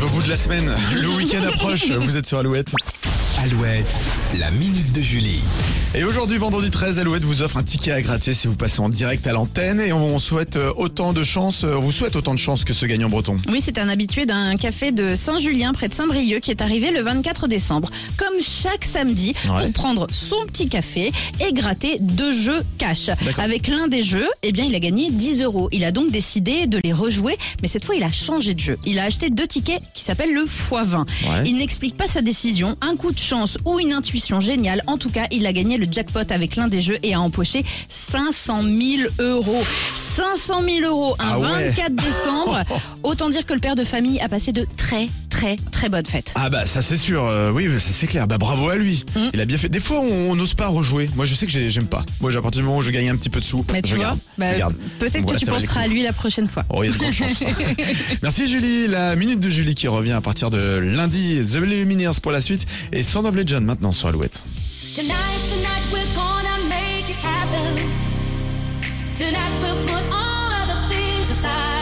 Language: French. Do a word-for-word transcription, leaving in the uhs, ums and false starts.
arrive au bout de la semaine. Le week-end approche. Vous êtes sur Alouette. Alouette, la minute de Julie. Et aujourd'hui, vendredi treize, Alouette vous offre un ticket à gratter si vous passez en direct à l'antenne. Et on souhaite autant de chance, on vous souhaite autant de chance que ce gagnant breton. Oui, c'est un habitué d'un café de Saint-Julien près de Saint-Brieuc qui est arrivé le vingt-quatre décembre. Comme chaque samedi, Ouais. pour prendre son petit café et gratter deux jeux cash. D'accord. Avec l'un des jeux, eh bien, il a gagné dix euros. Il a donc décidé de les rejouer, mais cette fois, il a changé de jeu. Il a acheté deux tickets qui s'appellent le fois vingt. Ouais. Il n'explique pas sa décision, un coup de chance ou une intuition géniale. En tout cas, il a gagné le jackpot avec l'un des jeux et a empoché cinq cent mille euros. cinq cent mille euros un Ah ouais. vingt-quatre décembre. Autant dire que le père de famille a passé de très, très, très bonnes fêtes. Ah bah ça c'est sûr, euh, oui ça, c'est clair, bah bravo à lui. Mm. Il a bien fait. Des fois on on n'ose pas rejouer. Moi je sais que j'ai- j'aime pas. Moi à partir du moment où je gagne un petit peu de sous, Mais tu je vois, garde. bah, Je garde. peut-être Voilà, que tu ça valait le penseras à coup. lui la prochaine fois. Oh, il y a de grandes chances. Merci Julie, la minute de Julie qui revient à partir de lundi. The Lumineers pour la suite et Sound of Legend maintenant sur Alouette. Tonight, tonight we're gonna make it happen. Tonight we'll put all other things aside.